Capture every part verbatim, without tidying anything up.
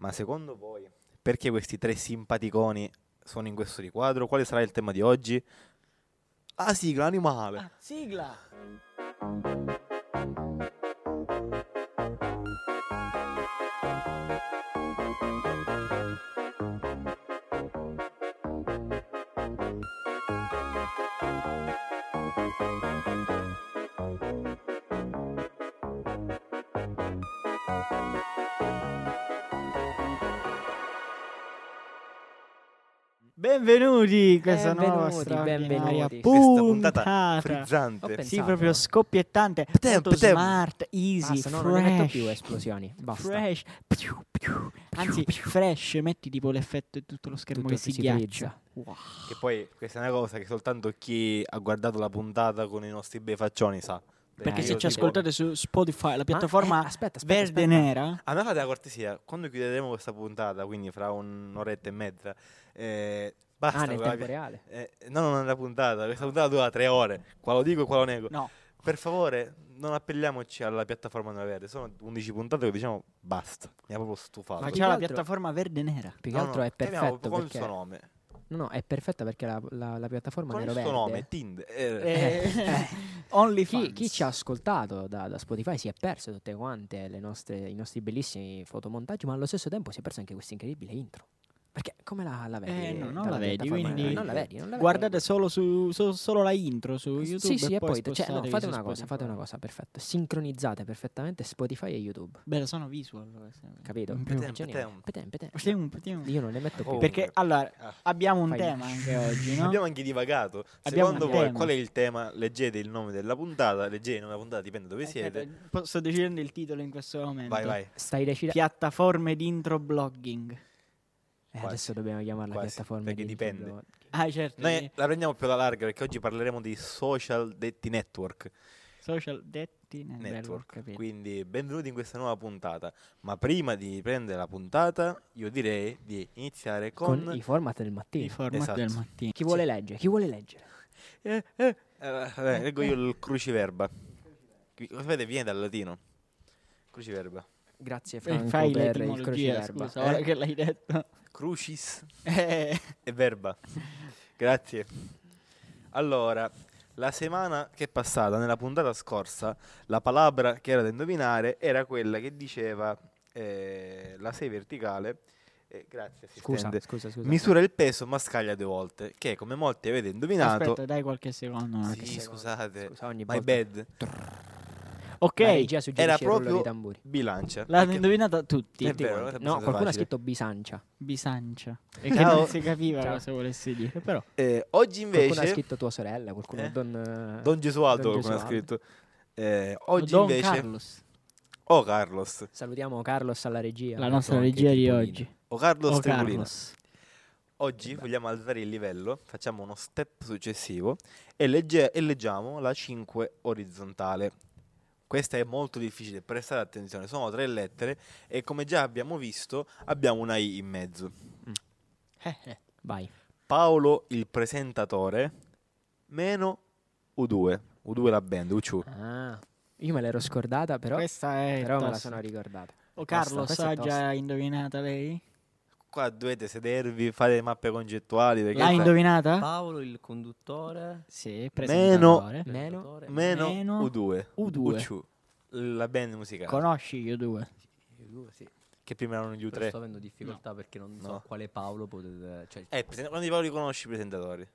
Ma secondo voi, perché questi tre simpaticoni sono in questo riquadro? Quale sarà il tema di oggi? Ah, sigla animale. Ah, sigla! Benvenuti, questa Benvenuti, nuova straordinaria benvenuti. Questa puntata puntata. frizzante. Ho Sì, pensato. proprio scoppiettante, Ptem, molto ptem. smart, easy, Basta, no, fresh. non ne metto più esplosioni. Basta. Fresh. Piu, piu. Anzi, fresh, metti tipo l'effetto di tutto lo schermo Tutto che si si ghiaccia. frizza. Wow. Che poi questa è una cosa che soltanto chi ha guardato la puntata con i nostri bei faccioni sa. Perché Eh, se io ci tipo- ascoltate su Spotify, la Ma- piattaforma eh, aspetta, aspetta, verde aspetta. nera, A me fate la cortesia, quando chiuderemo questa puntata, quindi fra un'oretta e mezza, eh, basta. Ah, nel con la- tempo reale. eh, no, no, non è la puntata, questa puntata dura tre ore, qua lo dico e qua lo nego. no. Per favore, non appelliamoci alla piattaforma non verde, sono undici puntate che diciamo basta, mi ha proprio stufato. Ma più c'è che la altro- piattaforma verde nera. Più che No, altro no, è chiamiamo perfetto con perché... il suo nome. No, no, è perfetta perché la, la- la piattaforma Con il nero suo verde... nome, Tinder. eh, Eh, Only Chi, chi ci ha ascoltato da, da Spotify si è perso tutte quante le nostre, i nostri bellissimi fotomontaggi, ma allo stesso tempo si è perso anche questa incredibile intro. Perché come la, la vedi? Eh, no, non dalla la vedi, piattaforma? quindi non la vedi, non la vedi. Guardate solo, su, so- solo la intro su YouTube. Sì, sì, e e poi, cioè, no, spostatevi fate su una cosa, Spotify. fate una cosa, perfetto. Sincronizzate perfettamente Spotify e YouTube. Beh, sono visual. queste. Capito? In più. È Petem, geniale. petem. Petem, petem. Facciamo un pochino. Io non ne metto più. Oh. Perché allora Ah. abbiamo un Fai- tema anche oggi, no? Abbiamo anche divagato. Abbiamo Secondo un voi tema. qual è il tema? Leggete il nome della puntata, leggete il nome della puntata, dipende dove Aspetta, siete. po- sto decidendo il titolo in questo momento. Vai, vai. Stai decidendo... Piattaforme di intro blogging. Eh, Quasi. adesso dobbiamo chiamarla Quasi, piattaforma perché di dipende. YouTube. Ah, certo. Noi sì. la prendiamo più alla larga perché oggi parleremo di social detti network. Social detti eh, bello, ho network. capito. Quindi benvenuti in questa nuova puntata. Ma prima di prendere la puntata, io direi di iniziare con, Con i format del I mattino. format Esatto. del mattino. Chi vuole leggere? Chi vuole leggere? Eh, eh. Eh, vabbè, leggo io il cruciverba. Qui- Sapete, viene dal latino. Cruciverba. Grazie Eh, Franco Fai per il l'etimologia, crociverba. scusa, ora Eh? che l'hai detto. Crucis Eh, e verba. Grazie. Allora, la settimana che è passata, nella puntata scorsa, la palabra che era da indovinare era quella che diceva eh, la sei verticale. eh, grazie, Scusa, assistente. scusa, scusa. Misura il peso ma scaglia due volte. Che come molti avete indovinato. aspetta, dai qualche secondo. un Sì, attimo. secondo. scusate. Scusa, ogni My volta. bad. Ok, La regia suggerisce Era il rullo proprio di tamburi. bilancia. l'hanno Perché- indovinata tutti. È Tutti vero, quanti. è No, abbastanza qualcuno ha facile. scritto bisancia. Bisancia. E che Ciao. non si capiva Ciao. cosa volessi dire, però. Eh, oggi Qualcuno ha invece scritto tua sorella, qualcuno Eh? Don... Don Gesualdo Don qualcuno ha Gesualdo. scritto. Eh, oggi Don invece Carlos, O Carlos Salutiamo Carlos alla regia. la nostra Anche regia di Tripolino. oggi. O Carlos O Tripolino. Carlos. Oggi vogliamo alzare il livello, facciamo uno step successivo e, legge- e leggiamo la cinque orizzontale. Questa è molto difficile, prestate attenzione, sono tre lettere e come già abbiamo visto abbiamo una I in mezzo. Eh, eh. Vai. Paolo il presentatore meno U due, U due la band, U C U. Ah, io me l'ero scordata, però, Questa è però me la tosta. sono ricordata. O Tosta, Carlos questa è ha tosta. già indovinata lei? Qua dovete sedervi, fare le mappe concettuali perché L'ha qua- indovinata? Paolo il conduttore. Sì, Meno- presentatore. Meno? meno, meno U due, U due. U C U, la band musicale. Conosci io due? Io due, sì. che prima erano gli Però U tre. sto avendo difficoltà perché non so No. quale Paolo potete. Cioè, Eh, presen- quando di Paolo li conosci i presentatori?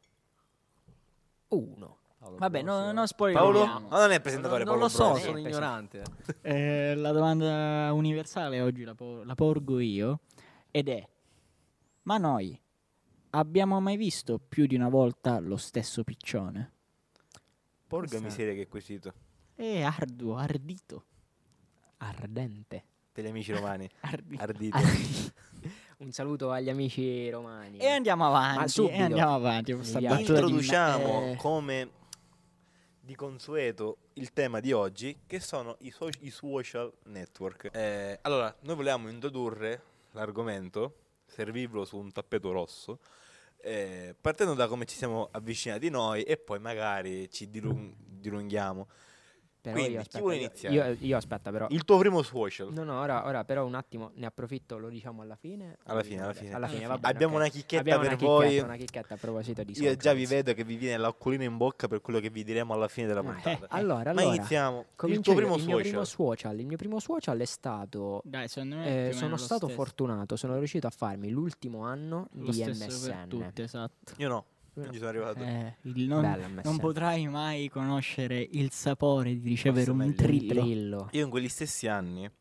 Uno. Paolo Vabbè, conosci, no, eh? non spoileriamo. Paolo? Ma non è il presentatore non, non Paolo lo so, Brosi. sono Eh, ignorante. Eh, la domanda universale oggi la, po- la porgo io ed è: ma noi abbiamo mai visto più di una volta lo stesso piccione? Porca Questa- miseria che quesito. È arduo, ardito. Ardente. Per gli amici romani. Ardito. Ardito. Un saluto agli amici romani. E andiamo avanti, Ma subito. e andiamo avanti. con Mi sta piace. battuta di Introduciamo eh. come di consueto il tema di oggi, che sono i, so- i social network. Eh, allora, noi volevamo introdurre l'argomento, servirlo su un tappeto rosso, eh, partendo da come ci siamo avvicinati noi e poi magari ci dilung- dilunghiamo. Perché Però Quindi, io, chi aspetta, vuole io- iniziare? Io, io aspetta però. Il tuo primo social. No, no, ora, ora però un attimo ne approfitto, lo diciamo alla fine. o Alla lo fine, diciamo alla adesso? fine. Alla Alla fine, va fine. bene, Abbiamo ok. una chicchetta Abbiamo per una voi. chicchetta, una chicchetta a proposito di Io già vi socials. vedo che vi viene l'acquolina in bocca per quello che vi diremo alla fine della Eh, puntata. allora, Ma allora, iniziamo. Il comincio tuo io. primo il mio social. primo social. Il mio primo social è stato. Dai, secondo me eh, più o meno sono lo stato stesso. fortunato, sono riuscito a farmi l'ultimo anno Lo di stesso per M S N. tutti, esatto. Io no, non ci sono arrivato. Eh, il non, Bella M S N. non potrai mai conoscere il sapore di ricevere Forse un meglio. Il trillo. trillo. Io in quegli stessi anni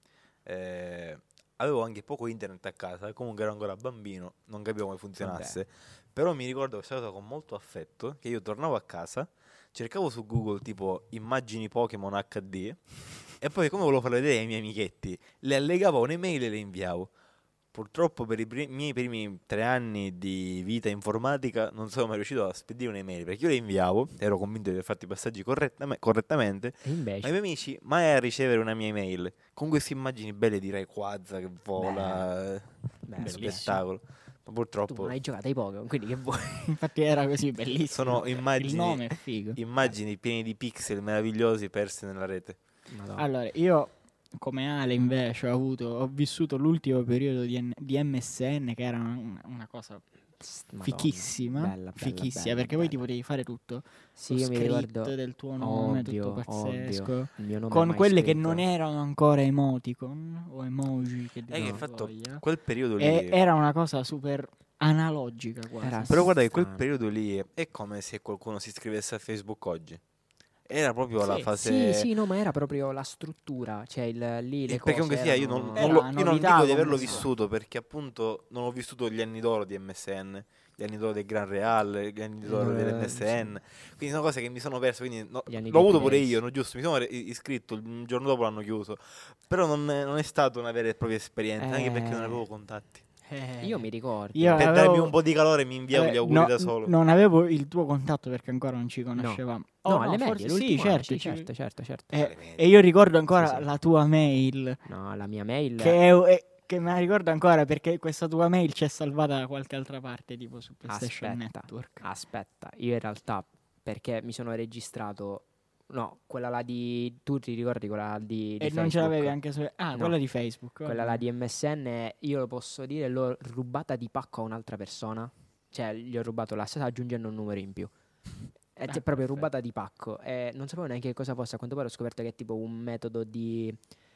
eh, avevo anche poco internet a casa, comunque ero ancora bambino, non capivo come funzionasse. Però mi ricordo questa cosa con molto affetto, che io tornavo a casa, cercavo su Google tipo immagini Pokémon acca di e poi come volevo farle vedere ai miei amichetti, le allegavo a un'email e le inviavo. Purtroppo per i pri- miei primi tre anni di vita informatica non sono mai riuscito a spedire un'email, perché io le inviavo, ero convinto di aver fatto i passaggi correttame- correttamente, E ma i invece. miei amici mai a ricevere una mia email con queste immagini belle di Rayquaza che vola, eh, Beh, che bellissimo. spettacolo. Ma tu purtroppo non hai giocato ai Pokémon, quindi che vuoi? Infatti era così bellissimo. sono Il immagini, nome è figo. immagini piene di pixel meravigliosi perse nella rete. Madonna. Allora, io come Ale invece ho avuto, ho vissuto l'ultimo periodo di, N- di M S N che era una, una cosa Psst, Madonna. fichissima, Bella, bella, fichissima, bella, perché poi bella. ti potevi fare tutto. Sì, Lo io mi script ricordo. del tuo nome, Ovvio, tutto pazzesco. ovvio. Il mio nome Con mai quelle che scritto. non erano ancora emoticon o emoji che È che dir hai fatto voglia. quel periodo lì. E era una cosa super analogica quasi. Era Però guarda che quel strano. periodo lì è come se qualcuno si iscrivesse a Facebook oggi. Era proprio la Sì, fase. Sì, sì, no, ma era proprio la struttura, cioè il, lì le Eh, cose perché comunque sia, io non, erano- non Era lo- una io non novità dico di averlo come- vissuto perché appunto non ho vissuto gli anni d'oro di M S N, gli anni d'oro del Gran Real, gli anni d'oro Eh, dell'M S N, quindi sono cose che mi sono perse, quindi no- Gli anni l'ho dei avuto pure Blaze. io, no, giusto, mi sono re- iscritto, il giorno dopo l'hanno chiuso, però non è, non è stata una vera e propria esperienza, anche perché non Eh. avevo contatti. Eh, Io mi ricordo. Io Per avevo- darmi un po' di calore mi inviavo eh, gli auguri no, da solo. Non avevo il tuo contatto perché ancora non ci conoscevamo. No, Oh, alle medie, forse sì, l'ultimo anno, certo, sì, ci- certo, certo, certo. Eh, Alle medie. e io ricordo ancora Sì, sì. la tua mail, No, la mia mail che, è- è- che me la ricordo ancora perché questa tua mail c'è salvata da qualche altra parte, tipo su PlayStation Aspetta, Network. aspetta, io in realtà perché mi sono registrato. No, quella là di. Tu ti ricordi quella di, di E non ce Facebook? l'avevi anche su... Ah, No. quella di Facebook. Quella vabbè. là di M S N, io lo posso dire, l'ho rubata di pacco a un'altra persona. Cioè, gli ho rubato la stessa aggiungendo un numero in più. È Ah, proprio perfetto. rubata di pacco. E non sapevo neanche cosa fosse. A quanto pare ho scoperto che è tipo un metodo di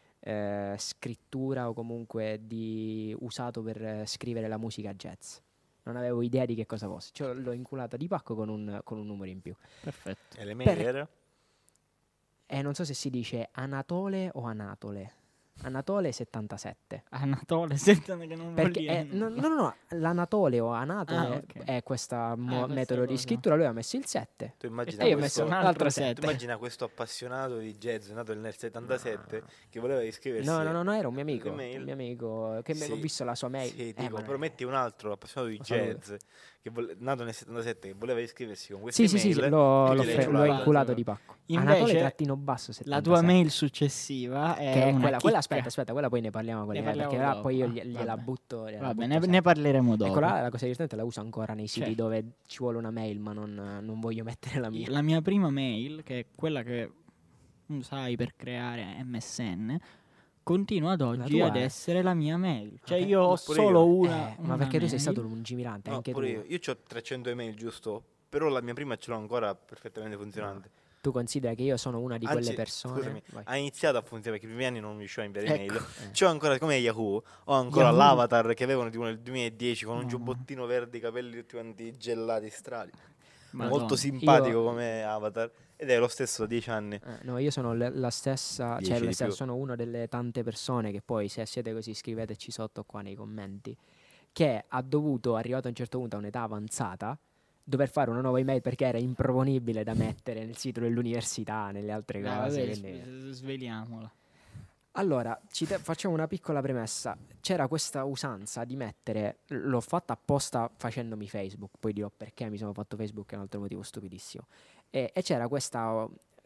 eh, scrittura o comunque di usato per eh, scrivere la musica jazz. Non avevo idea di che cosa fosse. Cioè, l'ho inculata di pacco con un, con un numero in più. Perfetto. E le mail Per- era? E non so se si dice Anatole o Anatole. Anatole settantasette. Anatole, sentano che non vuol Perché dire è- no, nulla. no, no, no, l'Anatole o Anatole Ah, ok. è questo questa metodo di cosa. scrittura. Lui ha messo il sette. Tu immagina E io ho questo- messo un un altro altro sette. tu immagina questo appassionato di jazz nato nel settantasette No. che voleva iscriversi. No, no, no, no, era un mio amico. all'email. Un mio amico che mi- Sì. ho visto la sua mail. Sì, Eh, dico, ma- però metti un altro appassionato di Lo saluto. jazz che vole- nato nel settantasette che voleva iscriversi con questa Sì, sì, sì, email sì, l'ho, e l'ho gliel'hai fre- l'ho giurato. inculato di pacco. Invece, Anatole trattino basso La tua settantasette. mail successiva è Che è una quella, quella chicca. aspetta, aspetta, quella poi ne parliamo con Ne lei, parliamo perché là dopo. poi io Ah, gli- gliela vabbè. butto. gliela Vabbè, butto ne, sempre. ne parleremo dopo. Ecco là, la cosa divertente la uso ancora nei siti Certo. dove ci vuole una mail, ma non, non voglio mettere la mia. La mia prima mail, che è quella che usai per creare M S N, continua ad oggi tua ad è? essere la mia mail. Cioè Eh, io ma ho pure solo io. una, Eh, ma una perché tu sei mail. stato lungimirante, No, anche tu. pure io. Io ho trecento email, giusto? Però la mia prima ce l'ho ancora perfettamente funzionante. Tu considera che io sono una di Anzi, quelle persone. scusami, Vai. ha iniziato a funzionare perché i primi anni non riuscivo a inviare Ecco. email. Eh. C'ho ancora come Yahoo, ho ancora Yahoo. l'avatar che avevano tipo nel duemiladieci con un No. giubbottino verde, i capelli tutti quanti gelati strani. Madonna. Molto simpatico Io- come avatar ed è lo stesso da dieci anni. Eh, no, io sono le- la stessa, Dieci cioè di la stessa- più. sono una delle tante persone che poi se siete così scriveteci sotto qua nei commenti, che ha dovuto, arrivato a un certo punto a un'età avanzata, dover fare una nuova email perché era improponibile da mettere nel sito dell'università, nelle altre Dai, cose. vabbè, quindi- s- sveliamola. Allora, ci te- facciamo una piccola premessa. C'era questa usanza di mettere, l- l'ho fatta apposta facendomi Facebook, poi dirò perché mi sono fatto Facebook, è un altro motivo stupidissimo. E, e c'era questa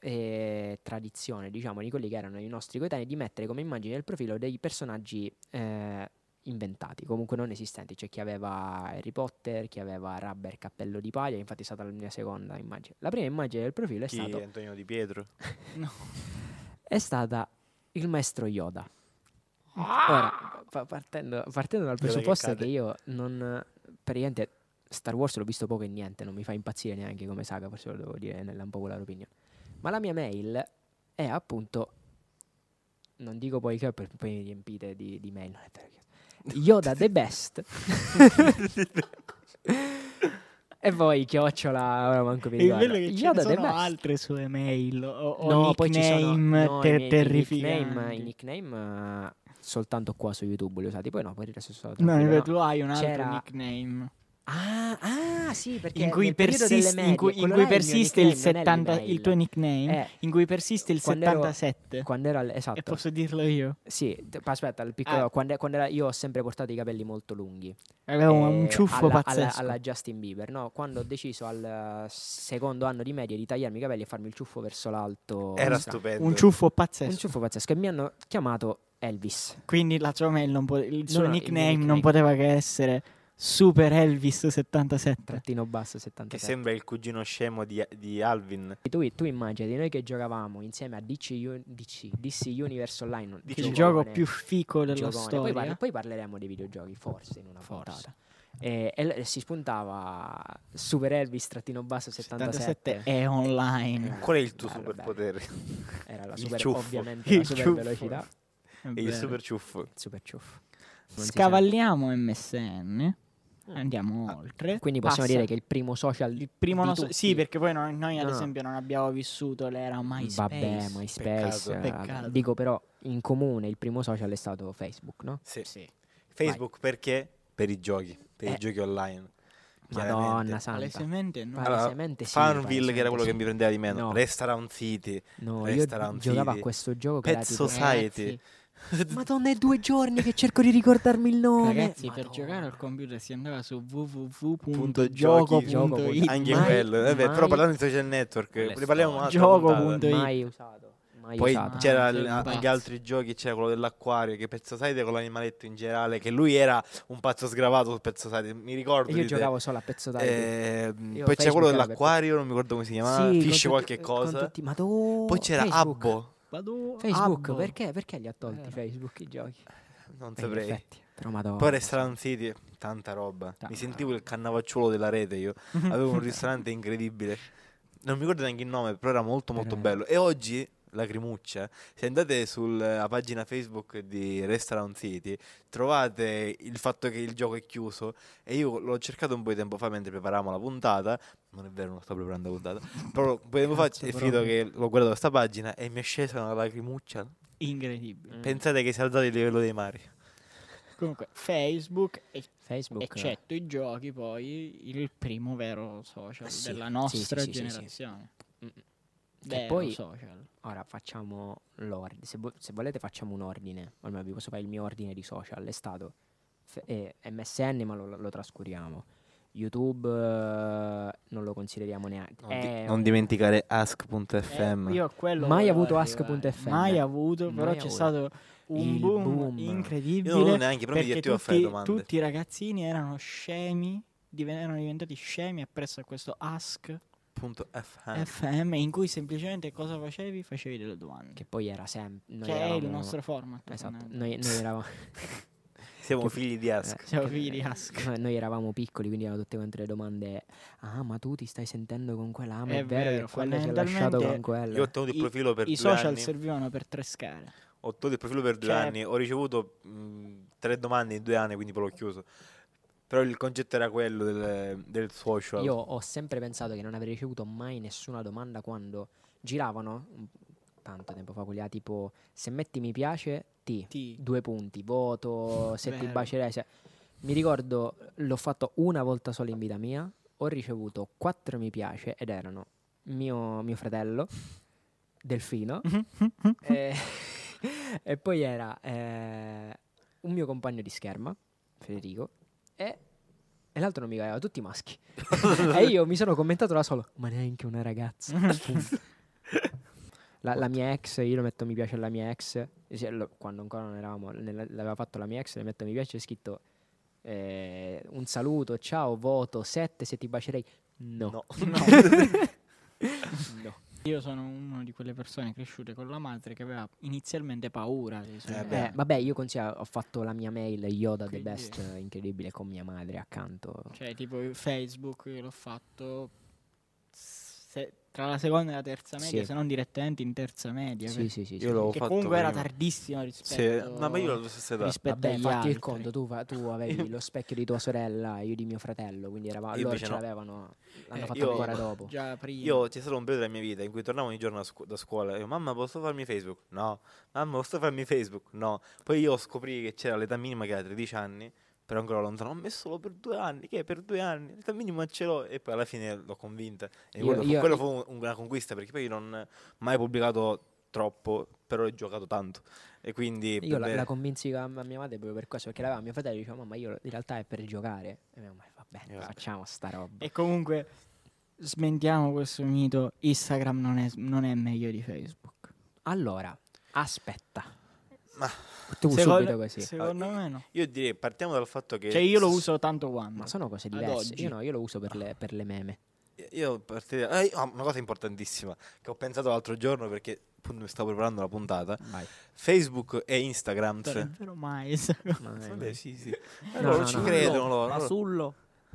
eh, tradizione, diciamo, di quelli che erano i nostri coetanei, di mettere come immagine del profilo dei personaggi eh, inventati, comunque non esistenti. C'è chi aveva Harry Potter, chi aveva Rubber Cappello di Paglia, infatti è stata la mia seconda immagine. La prima immagine del profilo è Chi? stato Antonio Di Pietro. No. è stata il maestro Yoda. Ora, pa- partendo, partendo dal Yoda che presupposto che, cade. io non... Praticamente Star Wars l'ho visto poco e niente, non mi fa impazzire neanche come saga, forse lo devo dire nell'unpopular opinion. Ma la mia mail è appunto... Non dico poi che perché poi mi riempite di, di mail. Non è vero che- Yoda the best. E poi chiocciola, ora manco mi Il bello ricordo. è che ce Yoda ne the sono best. altre sue mail o, o No, poi ci sono nickname no, ter- i, miei- i nickname, terrificanti. i nickname eh, soltanto qua su YouTube li ho usati, poi no, poi il resto sono No, tranquillo, invece no. tu hai un altro C'era- nickname Ah, ah, sì, perché in cui, nel periodo delle persiste, in medie, cui, in quello cui là è il mio persiste il, nickname, non è settanta, l'email. il tuo nickname, Eh, in cui persiste il quando ero- settantasette. Quando era al- E esatto. posso dirlo io? Sì, t- aspetta, il piccolo, Ah. quando, quando era, io ho sempre portato i capelli molto lunghi. Avevo un Eh, ciuffo alla, alla- pazzesco. alla Justin Bieber, no? Quando ho deciso al eh, secondo anno di media di tagliarmi i capelli e farmi il ciuffo verso l'alto. Era strano. stupendo. Un ciuffo pazzesco. Un ciuffo pazzesco. E mi hanno chiamato Elvis. Quindi la sua mail non po- il suo no, il mio nickname, non nickname. poteva che essere Super Elvis settantasette. Trattino basso Che settantasette. sembra il cugino scemo di, di Alvin. Tu, tu immagini noi che giocavamo insieme a D C, U- D C, D C Universe Online. D C Il giocone, gioco più fico della giocone. storia. Poi, parla- poi parleremo dei videogiochi, forse in una Forse. puntata. E, e l- si spuntava Super Elvis trattino basso settantasette. settantasette è online. Eh, Qual è il tuo bello, superpotere? Era la Il super, ciuffo. ovviamente Il la super ciuffo. velocità. È Il vero. super ciuffo. Il super ciuffo. Non si Scavalliamo M S N. Mm. Andiamo Ah, oltre. Quindi possiamo Passa dire che il primo social il primo di non so- tutti- sì, perché poi noi, noi, ad No, no. esempio non abbiamo vissuto l'era MySpace. Vabbè, MySpace. Peccato. eh, Peccato. Dico però in comune il primo social è stato Facebook, no? Sì. Sì. Facebook perché? Per i giochi, per Eh. i giochi online. Madonna Chiaramente. santa. Palesemente no. Allora, Palesemente sì, Farmville, che era palesemente quello sì. che mi prendeva di meno. No. Restaurant City, No, io Restaurant giocavo a City, questo gioco che Pet era tipo Society. Ragazzi, Madonna, è due giorni che cerco di ricordarmi il nome. Ragazzi, per Madonna. giocare al computer si andava su w w w Punto punto giochi. gioco punto it. Anche Mai- quello, eh, beh, mai- però parlando di social network, Quelle ne parliamo storie. un'altra Gioco puntata. punto it. Mai usato. Mai Poi usato. c'era Ah, il- sei un anche pazzo. altri giochi, c'era quello dell'acquario, che Pezzo Society con l'animaletto in generale, che lui era un pazzo sgravato su Pezzo Society, mi ricordo Io di te. giocavo solo a pezzo d'arte. Eh, Io poi c'era Facebook quello era per- dell'acquario, non mi ricordo come si chiamava, Sì, Fish con qualche tutti- con cosa. tutti- Madò, Poi c'era Facebook. Abbo, Vado Facebook, Abbo. perché? Perché li ha tolti Vero. Facebook i giochi? non Eh, in saprei. effetti, però madonna. Poi Restaurant City, tanta roba. Tanta Mi sentivo roba. il cannavacciuolo della rete io. Avevo un ristorante incredibile. Non mi ricordo neanche il nome, però era molto molto Però- bello. E oggi, lacrimuccia, se andate sulla pagina Facebook di Restaurant City, trovate il fatto che il gioco è chiuso. E io l'ho cercato un po' di tempo fa mentre preparavamo la puntata. Non è vero, non sto preparando la puntata. Però un po' di tempo fa Cazzo, è finito proprio. che l'ho guardato questa pagina e mi è scesa una lacrimuccia. Incredibile. Mm. Pensate che si è alzato il livello dei mari. Comunque, Facebook, e- Facebook. eccetto i giochi, poi il primo vero social Sì, della sì, nostra sì, sì, sì, sì. generazione. Mm. Vero poi- social. Ora facciamo l'ordine. Se, vo- se volete facciamo un ordine. Almeno vi posso fare il mio ordine di social. È stato F- eh, M S N, ma lo, lo trascuriamo. YouTube eh, non lo consideriamo neanche. Non, di- È non un- dimenticare ask punto f m. Eh, io a quello Mai volevo avuto arrivare. ask punto f m. Mai avuto, però Mai c'è avuto. stato un Il boom, boom. incredibile. Io non ho neanche, però mi perché divertivo a fare tutti, domande. tutti i ragazzini erano scemi, diven- erano diventati scemi appresso a questo Ask Punto F M. F M in cui semplicemente cosa facevi? Facevi delle domande. Che poi era sempre. Noi che è il eravamo- nostro format. Esatto. fondamentalmente. Noi, noi eravamo. Siamo che- figli di Ask. eh, Siamo che- figli di Ask. Noi, noi eravamo piccoli, quindi erano tutte quante le domande. Ah, ma tu ti stai sentendo con quella? Ah, ma è, È vero, vero, che quello si è lasciato fondamentalmente con quella. Io ho tenuto il I- profilo per I due social anni. servivano per trescare. Ho tenuto il profilo per due Cioè- anni. Ho ricevuto mh, tre domande in due anni, quindi poi l'ho chiuso. Però il concetto era quello del, del social. Io ho sempre pensato che non avrei ricevuto mai nessuna domanda quando giravano un- tanto tempo fa quella tipo se metti mi piace ti Ti- due punti, voto, se ti Vero. bacerei. se- Mi ricordo, l'ho fatto una volta sola in vita mia, ho ricevuto quattro mi piace ed erano mio, mio fratello, Delfino, e, e poi era eh, un mio compagno di scherma, Federico, e, e l'altro non mi aveva, tutti maschi. E io mi sono commentato da solo, ma neanche una ragazza. Punto. La, la mia ex, io lo metto mi piace alla mia ex, eh, sì, lo- quando ancora non eravamo, nella- l'aveva fatto la mia ex, le metto mi piace, c'è scritto eh, un saluto, ciao, voto, sette, se ti bacerei. No. No. No. Io sono una di quelle persone cresciute con la madre che aveva inizialmente paura dei suoi Eh, social. beh. Eh, vabbè, io consiglio, ho fatto la mia mail Yoda the Quindi- best, eh, incredibile, con mia madre accanto. Cioè, tipo Facebook, io l'ho fatto se- tra la seconda e la terza media, Sì. se non direttamente in terza media. Sì, per- sì, sì. Io sì. l'ho che fatto comunque era prima. tardissimo Sì, rispetto, no, ma io ho la stessa età. rispetto Vabbè, agli fatti altri. il conto, tu, fa- tu avevi lo specchio di tua sorella, io di mio fratello, quindi eravamo, Io loro invece ce no. l'avevano, l'hanno Eh, fatto io- ancora dopo. Già prima. Io c'è stato un periodo della mia vita in cui tornavo ogni giorno da, scu- da scuola e io, mamma posso farmi Facebook? No. Mamma posso farmi Facebook? No. Poi io scoprì che c'era l'età minima che era tredici anni, però ancora lontano, ho messo solo per due anni, che è per due anni, l'età minima ce l'ho e poi alla fine l'ho convinta. E Io- quello, fu, io- quello io- fu un- una conquista perché poi io non ho mai pubblicato troppo, però ho giocato tanto. E quindi Io per la, me- la convinsi a a mia madre proprio per questo, perché l'aveva mio fratello e diceva, mamma, io in realtà è per giocare. E mia mamma, vabbè, Eh, vabbè. facciamo sta roba. E comunque smentiamo questo mito, Instagram non è, non è meglio di Facebook. Allora, aspetta. Ma Tu Secondo, subito così. secondo me no. io direi partiamo dal fatto che Cioè io lo uso tanto quanto. Ma sono cose Ad diverse. oggi. Io no, io lo uso per le, per le meme. Io partirei- eh, io- ah, una cosa importantissima che ho pensato l'altro giorno perché appunto mi stavo preparando la puntata. Vai. Facebook e Instagram. Non è vero mai. Vai, Vabbè, vai. sì, sì. No, loro no, ci no. credono loro. loro- Fasullo.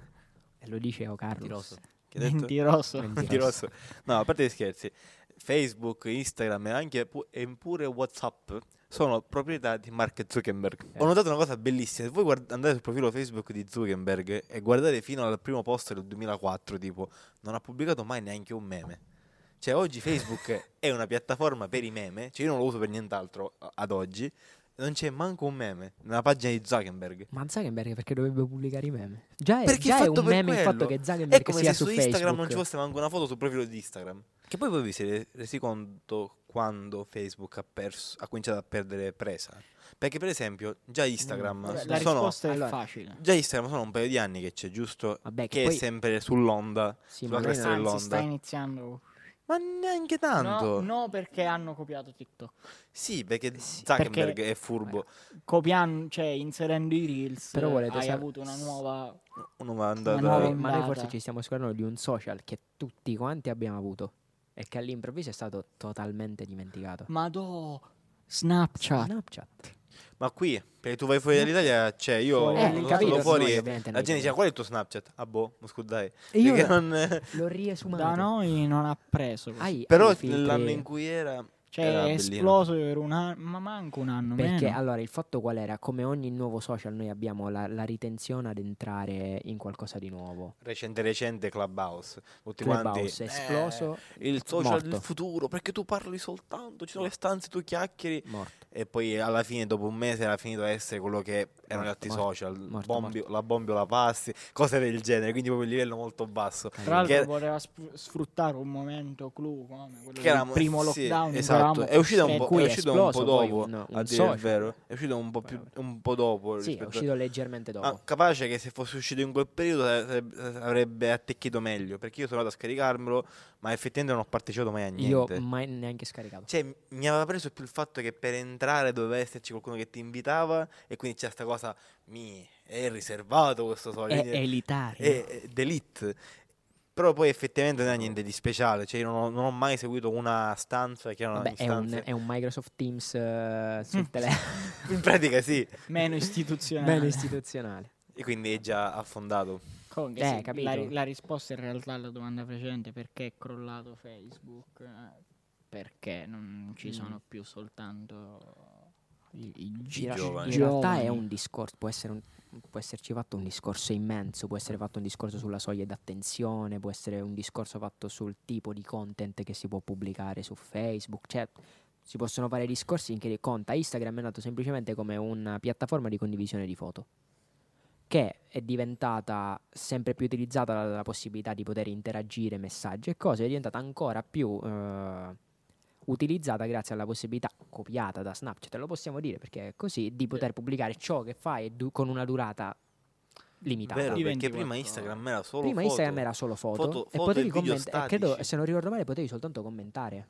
E lo dicevo Carlos. Mentiroso. Che hai detto? Mentiroso. Mentiroso. No, a parte gli scherzi. Facebook, Instagram e anche pu- e pure WhatsApp sono proprietà di Mark Zuckerberg. Eh. Ho notato una cosa bellissima. Se voi guard- andate sul profilo Facebook di Zuckerberg e guardate fino al primo post del duemilaquattro, tipo, non ha pubblicato mai neanche un meme. Cioè, oggi Facebook è una piattaforma per i meme. Cioè, io non lo uso per nient'altro a- ad oggi. Non c'è manco un meme nella pagina di Zuckerberg. Ma Zuckerberg perché dovrebbe pubblicare i meme? Già è, Perché già è è fatto un per meme il fatto quello. che Zuckerberg È come sia se su su Instagram Facebook. non ci fosse manco una foto sul profilo di Instagram. Che poi voi vi siete resi conto quando Facebook ha, perso, ha cominciato a perdere presa? Perché per esempio già Instagram Mm, Vabbè, s- la sono, risposta è allora, facile. già Instagram sono un paio di anni che c'è, giusto? Vabbè, che che poi- è sempre sull'onda, Sì, sulla ma cresta noi Anzi, dell'onda. sta iniziando. Ma neanche tanto. No, no, perché hanno copiato TikTok. Sì, perché Sì, Zuckerberg perché- è furbo. Copiando, cioè inserendo i reels, Però volete hai sa- avuto una nuova. Uno va Una andato nuova Noi- a... ma noi ondata. forse ci stiamo scordando di un social che tutti quanti abbiamo avuto e che all'improvviso è stato totalmente dimenticato. Madò, Snapchat. Snapchat. Ma qui, perché tu vai fuori dall'Italia, cioè io Fuori Eh, sono dall'Italia. stato capito, fuori, noi ovviamente la noi gente diceva siamo- qual è il tuo Snapchat? Ah boh, ma scusate. E io Perché no- non... l'ho riesumato. Da noi non ha preso così. Hai- Però hai i filtri- l'anno in cui era... Cioè era è bellino. esploso per un anno, ma manco un anno Perché meno. allora il fatto qual era? Come ogni nuovo social noi abbiamo la, la ritenzione ad entrare in qualcosa di nuovo. Recente recente Clubhouse. Tutti Clubhouse è quanti... esploso, eh, il social morto. del futuro, perché tu parli soltanto, ci sono le stanze, tu chiacchieri. morto. E poi alla fine, dopo un mese, era finito a essere quello che erano gli Morto, altri morto, social. morto, Bombio- La bombio, la passi, cose del genere. Quindi proprio un livello molto basso. Tra l'altro Che- voleva sp- sfruttare un momento clou come quello Che del eravamo- primo sì, lockdown. in cui esatto. eravamo È uscito un po', cui è è uscito un po' esploso poi dopo, un- a un dire il social. vero. È uscito un po' più un po' dopo Sì, è rispetto a- uscito leggermente dopo. Ah, capace che se fosse uscito in quel periodo sarebbe- avrebbe attecchito meglio. Perché io sono andato a scaricarmelo, ma effettivamente non ho partecipato mai a Io niente. mai neanche scaricato. Cioè, m- mi aveva preso più il fatto che per entrare doveva esserci qualcuno che ti invitava e quindi c'è sta cosa, mi è riservato questo social, È quindi è, elitario. è- è d'elite. Però poi effettivamente non è niente di speciale, cioè io non ho, non ho mai seguito una stanza che era una Vabbè, è un, stanza. è un Microsoft Teams eh, sul telefono. In pratica sì, Meno istituzionale. Meno istituzionale. e quindi è già affondato. Comunque, Eh, sì, capito. La, ri- la risposta in realtà alla domanda precedente, perché è crollato Facebook? Eh, Perché non ci Mm. sono più soltanto i, i In, gi- ra- giovani. in realtà è giovani. un discorso, può, essere un- può esserci fatto un discorso immenso, può essere fatto un discorso sulla soglia d'attenzione, può essere un discorso fatto sul tipo di content che si può pubblicare su Facebook, cioè si possono fare discorsi in che conta. Instagram è nato semplicemente come una piattaforma di condivisione di foto, che è diventata sempre più utilizzata la, la possibilità di poter interagire, messaggi e cose, è diventata ancora più eh, utilizzata grazie alla possibilità, copiata da Snapchat, lo possiamo dire perché è così, di poter pubblicare ciò che fai e du- con una durata limitata. Vero, Di perché ventiquattro prima Instagram era solo Prima foto. Instagram era solo foto, Foto- e foto potevi e video commentare, credo, statici. se non ricordo male, potevi soltanto commentare.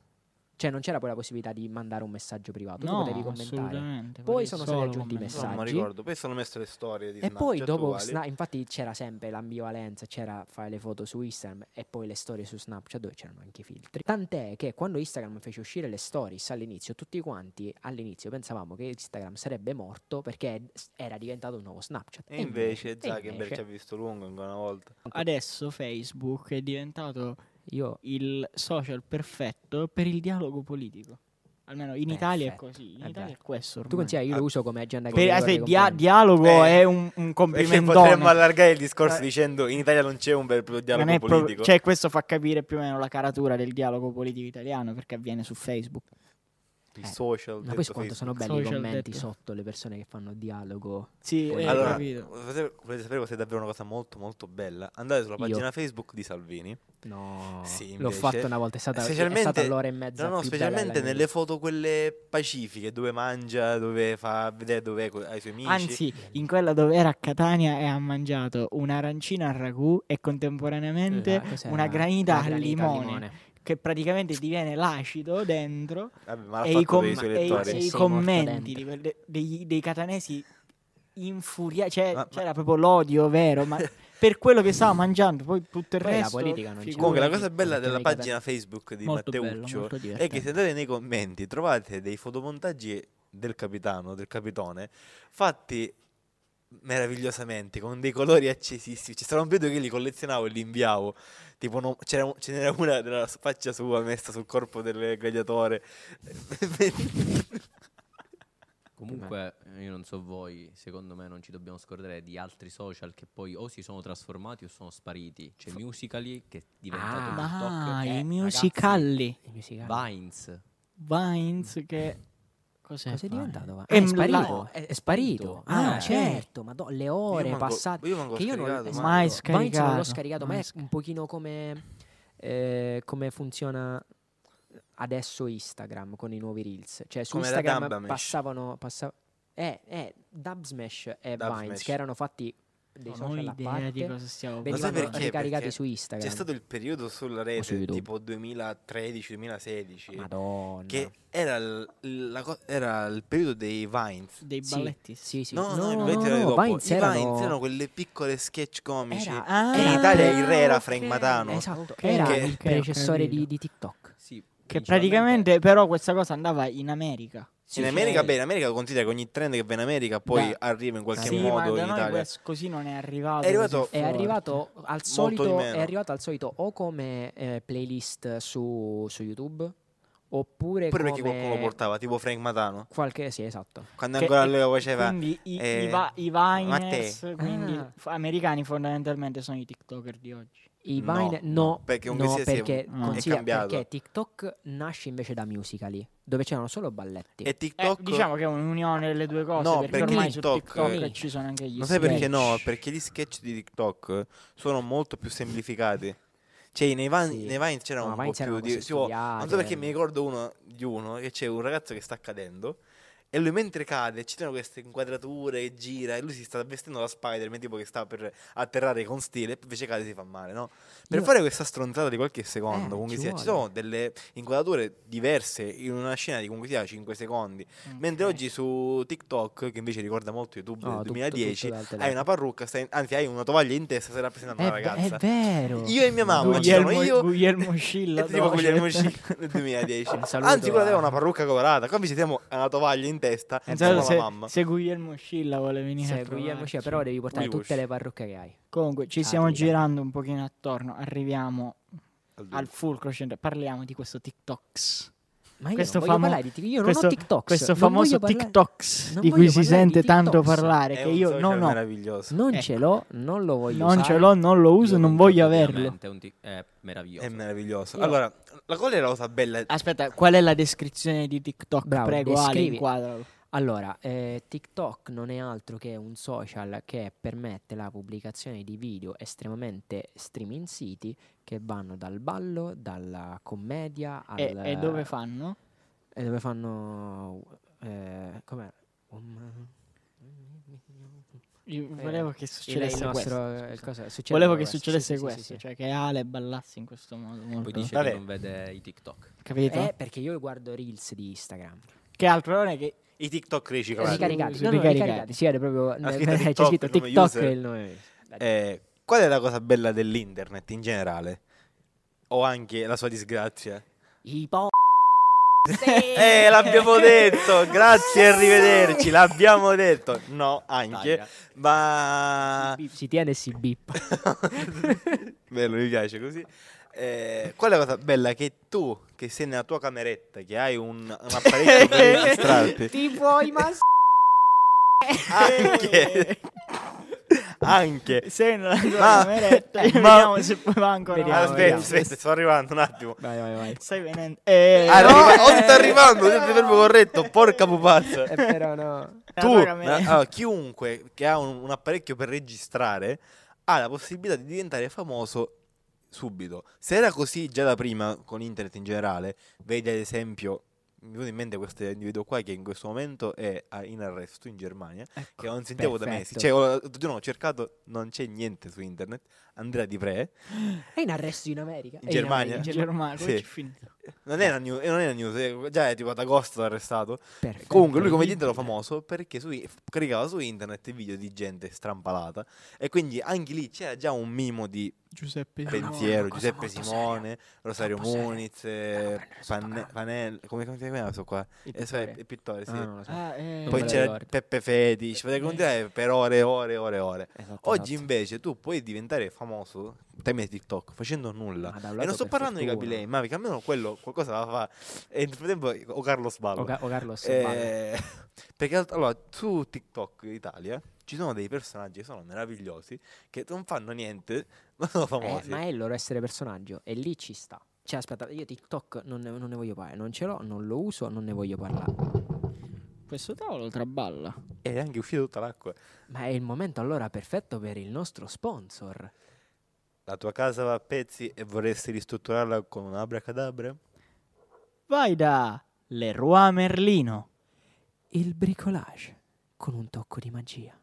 Cioè non c'era poi la possibilità di mandare un messaggio privato, tu No, potevi commentare. assolutamente. Poi potevi sono stati solo aggiunti i commentare. Non mi messaggi. ricordo. Poi sono messo le storie di E Snapchat poi dopo, uguali. Sna- infatti c'era sempre l'ambivalenza, c'era fare le foto su Instagram e poi le storie su Snapchat dove c'erano anche i filtri. Tant'è che quando Instagram fece uscire le stories all'inizio, tutti quanti all'inizio pensavamo che Instagram sarebbe morto perché era diventato un nuovo Snapchat. E invece Zuckerberg invece ci ha visto lungo ancora una volta. Adesso Facebook è diventato io il social perfetto per il dialogo politico. Almeno in Italia è Perfetto, così. In è Italia è vero. questo ormai. tu considera, io Ah, lo uso come agenda Per- aggregator ah, se dei dia- compleanni. dialogo Eh, è un, un Perché complimentone. potremmo allargare il discorso Eh, dicendo in Italia non c'è un vero e proprio dialogo non è proprio- politico. cioè, questo fa capire più o meno la caratura del dialogo politico italiano perché avviene su Facebook. il Eh, social. Ma detto poi quanto sono Facebook. belli i Social commenti detto. sotto le persone che fanno dialogo. Sì, Politico. eh, Allora, capito. volete, volete sapere cos'è davvero una cosa molto molto bella? Andate sulla Io. pagina Facebook di Salvini. No, Sì, l'ho invece. fatto una volta, è stata, è Specialmente- stata l'ora e mezza No, no, più bella specialmente della mia nelle vita. foto quelle pacifiche, dove mangia, dove fa vedere dove è co- ai suoi amici. Anzi, in quella dove era a Catania e ha mangiato un'arancina al ragù e contemporaneamente La- cos'era? una granita, Una al granita al limone, che praticamente diviene l'acido dentro. Vabbè, ma l'ha E i, fatto com- per i suoi e i- lettori. e i Se sei commenti morto di dentro. quelle- dei, dei catanesi infuriati, cioè, Ma- ma- c'era proprio l'odio vero, ma per quello che stava mangiando, poi tutto il Poi la resto. politica non c'è. figurati. Comunque la cosa bella Perché della nei pagina catani- Facebook di Molto bello, Matteuccio molto è che divertente. se andate nei commenti trovate dei fotomontaggi del capitano, del capitone, fatti meravigliosamente, con dei colori accesissimi. C'è stato un periodo che li collezionavo e li inviavo. Tipo, no- c'era un- ce n'era una della faccia sua messa sul corpo del gladiatore. Comunque, io non so voi, secondo me non ci dobbiamo scordare di altri social che poi o si sono trasformati o sono spariti. C'è Musical.ly che è diventato Ah, TikTok. Ah, e, i ragazzi, musicali. I musicali. Vines. Vines che. Cos'è? Cos'è Vines? diventato? Ah, È è la- sparito. è- È, è sparito. sparito. Ah, Eh. certo, ma le ore Io manco- passate. io manco ho che io non scaricato, esatto. mai Vines non l'ho scaricato, scaricato, mai ma è sca- un pochino come eh, come funziona adesso Instagram con i nuovi reels. Cioè su Come la Instagram Dubsmash. passavano passa- eh, eh, Dubsmash e Dubsmash. Vines che erano fatti dei Non ho social a idea parte. di cosa stiamo Lo sai Venivano parlando. perché? ricaricati Perché su Instagram. C'è stato il periodo sulla su rete, YouTube. tipo duemilatredici duemilasedici, Madonna. che era il, la co- era il periodo dei Vines. Dei Sì, balletti. Sì, sì. No, no, no, il no, Vines era no, dopo. Vines I erano- Vines erano quelle piccole sketch comici. Era- Ah, che in Italia il re era ok. Frank Matano. Esatto, Ok, era ok, il ok, predecessore ho capito. di, di TikTok. Sì, Che principalmente- praticamente però questa cosa andava in America. in Sì, America, cioè- beh, in America considera che ogni trend che va in America poi Beh, arriva in qualche sì, Sì, ma modo da in noi Italia. questo così non è arrivato. È arrivato- così È forte. arrivato al Molto di solito, meno. è arrivato al solito o come eh, playlist su, su YouTube oppure Pure come perché qualcuno lo portava, tipo Frank Matano. qualche sì, esatto. Quando Che- ancora e- lui faceva. Quindi i, eh, i, va- i ma Viners, te? quindi Ah. f- americani fondamentalmente sono i TikToker di oggi. I No, Vine no, no, perché comunque no, sia si è- perché, è considera- cambiato. perché TikTok nasce invece da Musical.ly, dove c'erano solo balletti. E Eh, TikTok. diciamo che è un'unione delle due cose, No, perché, perché ormai TikTok- su TikTok Sì. ci sono anche gli Non sai perché no? sketch. Perché gli sketch di TikTok sono molto più semplificati. Cioè, nei, van- Sì. nei Vine c'era No, un Vines po' più erano di. cose tipo, non so studiate, perché mi ricordo uno di uno che c'è un ragazzo che sta cadendo. E lui mentre cade ci sono queste inquadrature che gira e lui si sta vestendo da Spider-Man tipo che sta per atterrare con stile e invece cade e si fa male, no? Per Io- fare questa stronzata di qualche secondo, Eh, comunque ci sia, ci vuole. sono delle inquadrature diverse in una scena di comunque sia cinque secondi. Mentre Ok. oggi su TikTok, che invece ricorda molto YouTube No, del tutto- duemiladieci, tutto dal hai telefono. una parrucca, stai- anzi hai una tovaglia in testa, stai rappresentando È, una ve- ragazza. è vero. Io e mia mamma, ci Guglielmo, sono io Guglielmo Scilla. e tipo docet. Guglielmo Scilla nel duemiladieci. Un saluto Anzi, quella a- aveva una parrucca colorata, qua invece siamo a una tovaglia in testa Non e so siamo la se, mamma. se Guglielmo Scilla vuole venire a Se Guglielmo trovarci. Scilla, però devi portare Guglielmo tutte le parrucche che hai. Comunque ci Ah, stiamo ti dica. girando un pochino attorno, arriviamo al fulcro centrale. Parliamo di questo TikToks. Ma io Questo non voglio famo- parlare di TikTok, io questo, non ho TikTok. questo famoso TikToks non di voglio cui si parlare sente di tanto TikToks. parlare, È che un io social non ho. meraviglioso. Non Ecco. ce l'ho, non lo voglio Non usare. ce l'ho, non lo uso, Io non concordo voglio averlo. pienamente, È, un tic- è meraviglioso. È meraviglioso. Io- Allora, la qual è la cosa bella? Aspetta, qual è la descrizione di TikTok? Bravo, Prego, Ale, descrivi. inquadralo. Allora, eh, TikTok non è altro che un social che permette la pubblicazione di video estremamente streaming siti che vanno dal ballo, dalla commedia al... E, e dove fanno? E dove fanno... Eh, com'è? Um, Io volevo che il, succedesse il nostro questo. il cosa, succede Volevo che questo, succedesse sì, sì, sì, questo, sì, sì. cioè che Ale ballassi in questo modo. Molto. Poi dice Vabbè. che non vede i TikTok. Capito? Eh, perché io guardo reels di Instagram. Che altro non è che I TikTok riciclati. Ricaricati, su- no, no, ricaricati. ricaricati, si vede proprio nel- scritto c'è TikTok, scritto il nome TikTok user. e il nome. Eh, qual è la cosa bella dell'internet in generale? O anche la sua disgrazia? I po' Eh, l'abbiamo detto, grazie, arrivederci, l'abbiamo detto. No, anche, Taglia. ma... si, si tiene e si bip. Bello, mi piace così. Eh, qual è la cosa bella? Che tu, che sei nella tua cameretta, che hai un, un apparecchio per registrarti, Tipo i mas anche... anche... sei nella tua Ma- cameretta e ma- vediamo se poi va ancora. Vediamo, avanti. Aspetta, vediamo. aspetta, sto arrivando un attimo. Vai, vai, vai. Stai venendo. Eh, Arriva- no, oh, sta eh, arrivando, ho detto il no. verbo corretto, porca pupazza. Eh, però no. Nella Tu, tua cameretta. eh, allora, chiunque che ha un, un apparecchio per registrare ha la possibilità di diventare famoso subito. Se era così già da prima con internet in generale, vedi ad esempio, mi viene in mente questo individuo qua che in questo momento è a- in arresto in Germania, che non sentivo da mesi. perfetto. Cioè, ho, ho- ho cercato, non c'è niente su internet. Andrea Di Pre, È in arresto in America. In È Germania? America, In in Germania, Sì. come ci è finito? non è una news, non è una news, è- già è tipo ad agosto arrestato. Perfetto. Comunque lui come diventato incredibile. famoso perché su, caricava su internet video di gente strampalata e quindi anche lì c'era già un mimo di Giuseppe pensiero, cosa Giuseppe molto Simone, Rosario Troppo seria. Muniz, Non eh, prendere sotto Panne- canto. Panel, come, come si chiama questo qua? Il Eh, sai, pittore. il pittore, sì. Ah, non lo so. Ah, eh, Non Poi me lo c'era ricordo. Peppe Fetici, potete continuare per ore e ore e ore e ore. Esatto, Oggi esatto. invece tu puoi diventare famoso tramite TikTok facendo nulla. Ma da un E lato non sto per parlando di fortuna. Gabilei, ma perché almeno quello qualcosa la fa. E nel frattempo o Carlos Ballo. O, Ca- o Carlos Eh, Ballo. perché alt- allora su TikTok Italia ci sono dei personaggi che sono meravigliosi che non fanno niente ma sono Eh, famosi. ma è il loro essere personaggio e lì ci sta. Cioè, aspetta, io TikTok non ne, non ne voglio parlare, non ce l'ho, non lo uso, non ne voglio parlare. Questo tavolo traballa. E è anche uscita tutta l'acqua. Ma è il momento allora perfetto per il nostro sponsor. La tua casa va a pezzi e vorresti ristrutturarla con un abracadabra? Vai da Leroy Merlino. Il bricolage con un tocco di magia.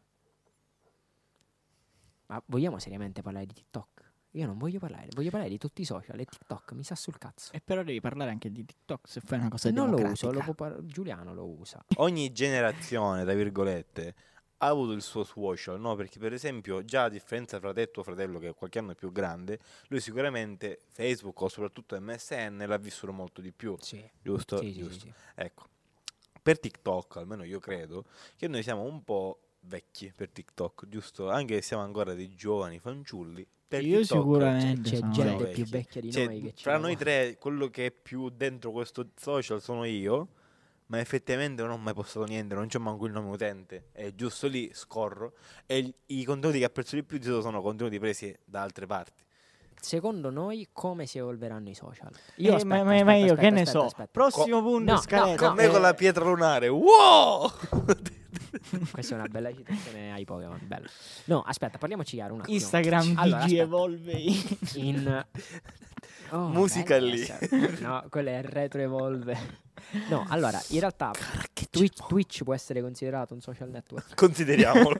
Ma vogliamo seriamente parlare di TikTok? Io non voglio parlare, voglio parlare di tutti i social e TikTok mi sa sul cazzo. E però devi parlare anche di TikTok se fai una cosa non lo democratica. uso, lo può par- Giuliano lo usa. Ogni generazione, tra virgolette, ha avuto il suo social, no? Perché per esempio già a differenza fra te e tuo fratello che è qualche anno più grande, lui sicuramente Facebook o soprattutto M S N l'ha vissuto molto di più, Sì. giusto? Sì, sì, Giusto. sì, sì. Ecco, per TikTok, almeno io credo, che noi siamo un po' vecchi per TikTok, giusto? Anche se siamo ancora dei giovani fanciulli. Per Io TikTok, sicuramente C'è sono gente vecchio. più vecchia di cioè, noi che ci fra noi lavora. tre, quello che è più dentro questo social sono io, ma effettivamente non ho mai postato niente, non c'è manco il nome utente, è giusto lì, scorro, e il- i contenuti che apprezzo di più di solito sono contenuti presi da altre parti. Secondo noi come si evolveranno i social? Eh, ma, aspetta, ma- aspetta, ma io aspetta, che ne aspetta, so. aspetta. Prossimo punto no, scaletta. no, Con me eh, con la pietra lunare, wow! Questa è una bella citazione ai Pokémon, bella. No, aspetta, parliamoci chiaro un attimo. Instagram Allora, D G aspetta. Evolve. in Oh, Musica bella lì. questa. No, quello è retro evolve. No, allora, in realtà Twitch, Twitch può essere considerato un social network. Consideriamolo.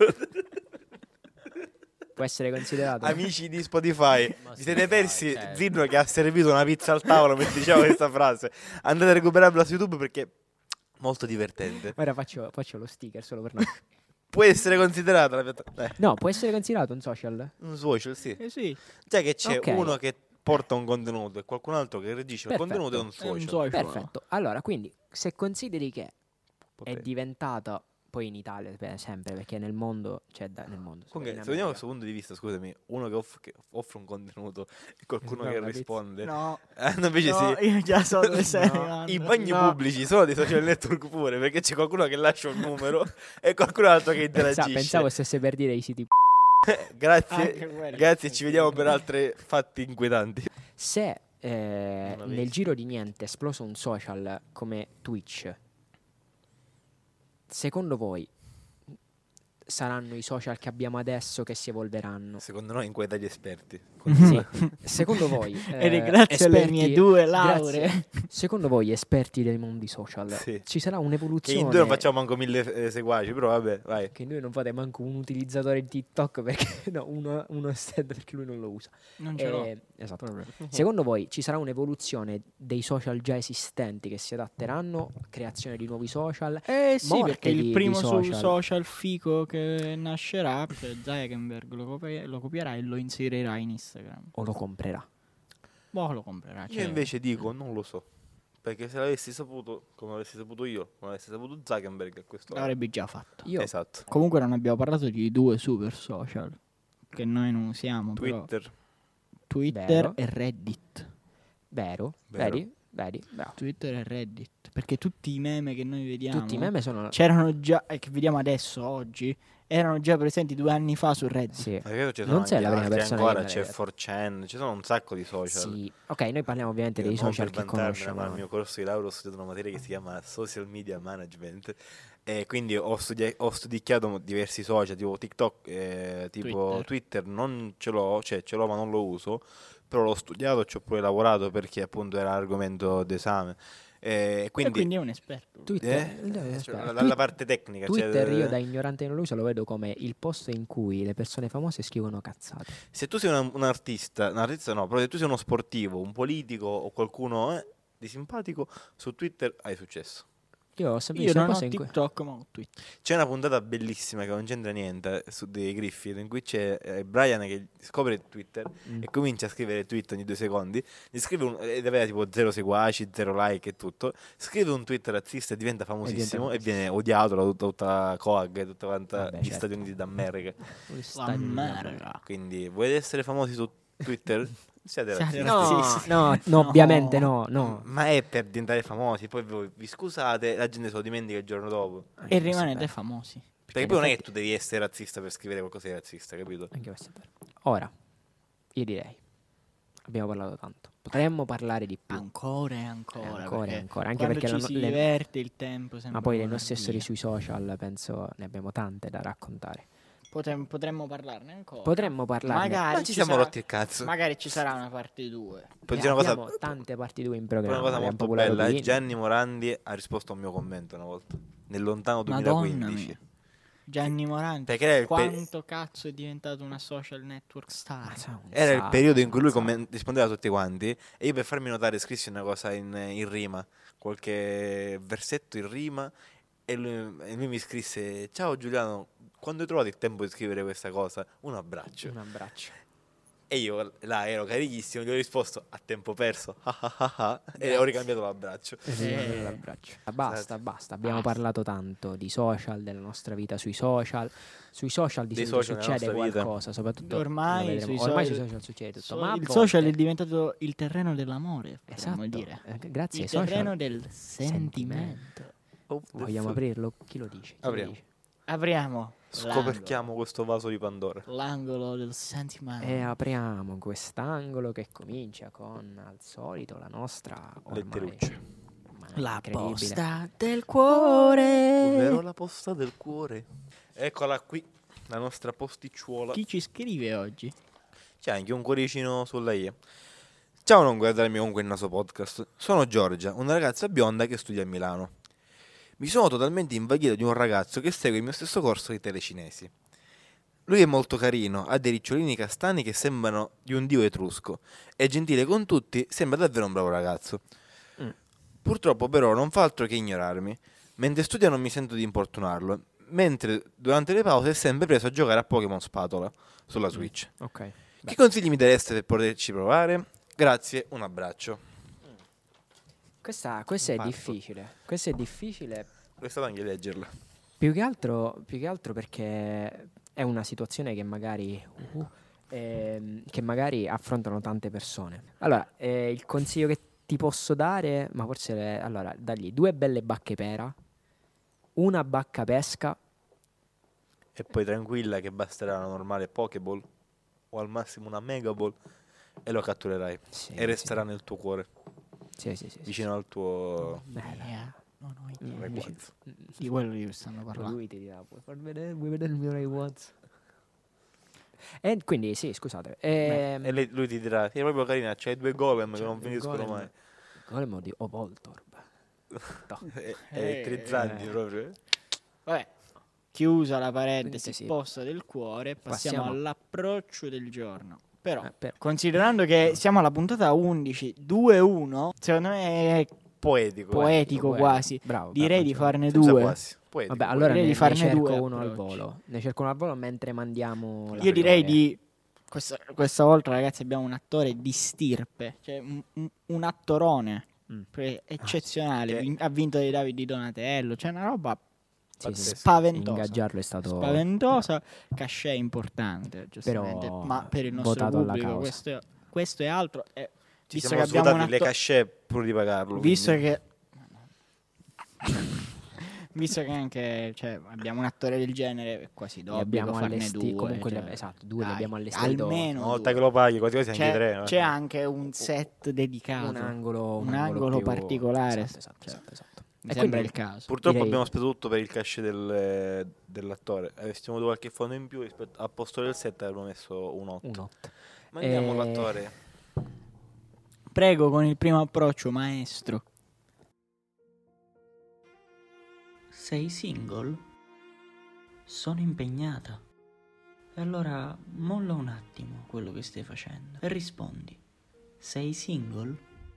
Può essere considerato Amici di Spotify, Ma vi sì, siete dai, persi certo. Zirno che ha servito una pizza al tavolo mentre diceva questa frase. Andate a recuperarla su YouTube perché è molto divertente. Ora faccio, faccio lo sticker solo per noi. Può essere considerata la piatta- eh, No, può essere considerato un social. un social, sì. Eh sì, Cioè che c'è Ok. uno che porta un contenuto e qualcun altro che reagisce il Perfetto. contenuto è un è un social. social. Perfetto. Allora, quindi, se consideri che è Potrebbe. diventata poi in Italia beh, sempre perché nel mondo c'è da, nel mondo Comunque, in se vediamo America. questo punto di vista, scusami, uno che, off- che offre un contenuto e qualcuno No, che una pizza. risponde. No, Eh, no, invece no, sì. io già so dove stai No. arrivando. I bagni No. pubblici sono dei social network pure perché c'è qualcuno che lascia un numero e qualcun altro che Pensa- interagisce. pensavo stesse per dire i siti. Grazie, Anche quello. grazie, ci vediamo per altri fatti inquietanti. Se eh, Non avevi. nel giro di niente è esploso un social come Twitch, secondo voi saranno i social che abbiamo adesso che si evolveranno? Secondo noi in qualità di esperti. Sì. Secondo voi Ed è eh, grazie alle esperti- mie due grazie- lauree. Secondo voi esperti dei mondi social Sì. ci sarà Che un'evoluzione? in due non facciamo manco mille eh, seguaci, però vabbè, vai. Che noi non fate manco un utilizzatore di TikTok perché no, uno, uno esiste perché lui non lo usa. Non ce l'ho. Eh, esatto. Secondo voi ci sarà un'evoluzione dei social già esistenti che si adatteranno? Creazione di nuovi social? Eh sì, morte perché di- il primo di su- social. social. fico che nascerà, cioè Zuckerberg lo, copi- lo copierà e lo inserirà in Instagram. O lo comprerà? Boh, lo comprerà. Io cioè, invece dico, non lo so. Perché se l'avessi saputo, come l'avessi saputo io, come l'avessi saputo Zuckerberg a questo l'avrebbe già fatto. Io Esatto. Comunque non abbiamo parlato di due super social che noi non usiamo, però. Twitter. Twitter Vero. e Reddit. Vero? Vero. Vedi? Vedi? Bravo. Twitter e Reddit. Perché tutti i meme che noi vediamo Tutti i meme sono... c'erano già, e che vediamo adesso, oggi, erano già presenti due anni fa su Reddit. Sì. Ma credo ci Non sono sei anche la prima altri persona ancora, che me c'è l'ha detto. four chan, ci sono un sacco di social. Sì. Ok, noi parliamo ovviamente Io dei non social per che vantarmene, conosciamo. ma al mio corso di laurea ho studiato una materia che si chiama Social Media Management e quindi ho, studia- ho studiato diversi social, tipo TikTok, eh, tipo Twitter. Twitter. Non ce l'ho, cioè ce l'ho ma non lo uso, però l'ho studiato, ci ho pure lavorato perché appunto era argomento d'esame. Eh, E quindi, quindi è un esperto. Twitter, eh, eh, cioè, aspetta. la- Twi- la parte tecnica. cioè, Twitter io eh, da ignorante non lo uso, lo vedo come il posto in cui le persone famose scrivono cazzate. Se tu sei una- un artista, un artista no, però se tu sei uno sportivo, un politico o qualcuno eh, di simpatico, su Twitter hai successo. Io ho sempre Io visto un non ho posto in cui... TikTok, ma ho Twitter. C'è una puntata bellissima che non c'entra niente su dei Griffith in cui c'è eh, Brian che scopre Twitter Mm. e comincia a scrivere tweet ogni due secondi. Gli scrive un, ed aveva tipo zero seguaci, zero like e tutto. Scrive un tweet razzista e diventa famosissimo e, viene odiato da tutta, tutta Coag e tutta quanta Vabbè, gli certo. Stati Uniti d'America. Gli Stati Uniti d'America. L'America. Quindi volete essere famosi su Twitter? Siate Siate razzisti. No, razzisti. no, no, No. ovviamente no, no. Ma è per diventare famosi, poi voi vi scusate, la gente se lo dimentica il giorno dopo. E rimanete famosi. Perché poi non è che tu devi essere razzista per scrivere qualcosa di razzista, capito? Anche questo è vero. Ora, io direi, abbiamo parlato tanto. Potremmo parlare di più. Ancora e ancora. Ancora e perché ancora, anche quando perché ci la- si le- diverte il tempo sembra Ma poi le volar nostre storie via. sui social, penso, ne abbiamo tante da raccontare. Potremmo, potremmo parlarne ancora. Potremmo parlarne. Magari Ma ci siamo sarà- rotti il cazzo. Magari ci sarà una parte due. Poi Eh, dire una cosa, abbiamo tante parti due in poi programma. una cosa abbiamo molto popolato bella, eh, qui. Gianni Morandi ha risposto a un mio commento una volta, nel lontano Madonna duemilaquindici. mia. Gianni Morandi. Perché era il, pe- Quanto cazzo è diventato una social network star? Ma sa, un era il sacco, periodo in cui lui un sacco. commen- rispondeva a tutti quanti e io per farmi notare scrissi una cosa in, in rima, qualche versetto in rima e lui, e lui mi scrisse: ciao Giuliano, quando hai trovato il tempo di scrivere questa cosa? Un abbraccio. Un abbraccio. E io là ero carichissimo, gli ho risposto a tempo perso ah ah ah ah, e ho ricambiato l'abbraccio. Eh, l'abbraccio. Basta, basta. Abbiamo parlato tanto di social, della nostra vita sui social. Sui social di Dei solito social nella succede nostra vita. qualcosa, soprattutto Ormai lo vedremo. sui Ormai social- sui social succede tutto. So- ma a il volte- social è diventato il terreno dell'amore. potremmo Esatto. dire. Eh, grazie Il ai terreno social. del sentimento. Oh, Vogliamo aprirlo? Chi lo dice? Chi lo Apriamo. dice? Apriamo Scoperchiamo questo vaso di Pandora. l'angolo, l'angolo del sentimento. E apriamo quest'angolo che comincia con, al solito, la nostra ormai- Letterucce. ormai La incredibile- posta del cuore. Ovvero la posta del cuore. Eccola qui, la nostra posticciuola. Chi ci scrive oggi? C'è anche un cuoricino sulla I. Ciao, non guardarmi comunque il naso podcast. Sono Giorgia, una ragazza bionda che studia a Milano. Mi sono totalmente invaghito di un ragazzo che segue il mio stesso corso di telecinesi. Lui è molto carino, ha dei ricciolini castani che sembrano di un dio etrusco. È gentile con tutti, sembra davvero un bravo ragazzo. Mm. Purtroppo però non fa altro che ignorarmi. Mentre studia non mi sento di importunarlo, mentre durante le pause è sempre preso a giocare a Pokémon Spatola sulla Switch. Ok. Che consigli mi dareste per poterci provare? Grazie, un abbraccio. Questa, questa è Parto. difficile. Questa è difficile È stato anche leggerla. più che altro, più che altro perché è una situazione che magari, uh, ehm, che magari affrontano tante persone. Allora, eh, il consiglio che ti posso dare, ma forse le- allora, dagli due belle bacche pera, una bacca pesca. E poi tranquilla che basterà una normale Pokéball o al massimo una Megaball e lo catturerai. Sì, e resterà nel tuo cuore, Sì, sì, sì, sì, vicino al tuo... sì. Bella. Mia non ho Mm, idea. Ray dici- Watts. Di quello di cui stanno parlando. Lui ti dirà, puoi far vedere, vuoi vedere il mio Ray Watts? E quindi sì, scusate. ehm, E lei- lui ti dirà, sei proprio carina, c'hai due golem che C'è non un finiscono golem. mai. Golem di Ovoltorb. E- Eh, Elettrizzanti eh. proprio. Vabbè, chiusa la parentesi Sì. posta del cuore, passiamo, Passiamo. all'approccio del giorno. Però, Eh, per- considerando che siamo alla puntata undici, due uno, secondo me è Poetico. eh. poetico Poetico, quasi. Bravo. Direi di bravo, farne Senza due. quasi. Poetico. Vabbè, allora Direi ne, di ne farne cerco due uno al approcci. volo. Ne cerco uno al volo mentre mandiamo la Io direi gloria. di... Questa, questa volta, ragazzi, abbiamo un attore di stirpe, cioè un, un- un attorone Mm. pre- eccezionale. Che- Vin- ha vinto dei David di Donatello, cioè una roba Sì, sì. spaventosa. Ingaggiarlo è stato Spaventosa, cachet importante, giustamente. Però ma per il nostro votato alla pubblico causa. questo è, questo è altro. E Ci visto siamo che abbiamo un svuotati le atto- cachet pur di pagarlo. visto quindi. che visto che anche cioè, abbiamo un attore del genere, è quasi Li d'obbligo abbiamo farne allesti- due. comunque li cioè, ab- esatto, due li dai, abbiamo allestiti dopo. almeno Una volta due. che lo paghi, quasi quasi anche c'è, tre. eh. c'è anche un set dedicato. un angolo, un angolo più- particolare. Esatto, esatto, Cioè, esatto, esatto. Mi E sembra quindi- il caso. Purtroppo direi- abbiamo speso tutto per il cachet del- dell'attore. Avessimo avuto qualche fondo in più rispetto, a posto del set avremmo messo un otto. Un otto. Mandiamo Eh, l'attore. Prego con il primo approccio, maestro. Sei single? Sono impegnata. E allora molla un attimo quello che stai facendo e rispondi. Sei single?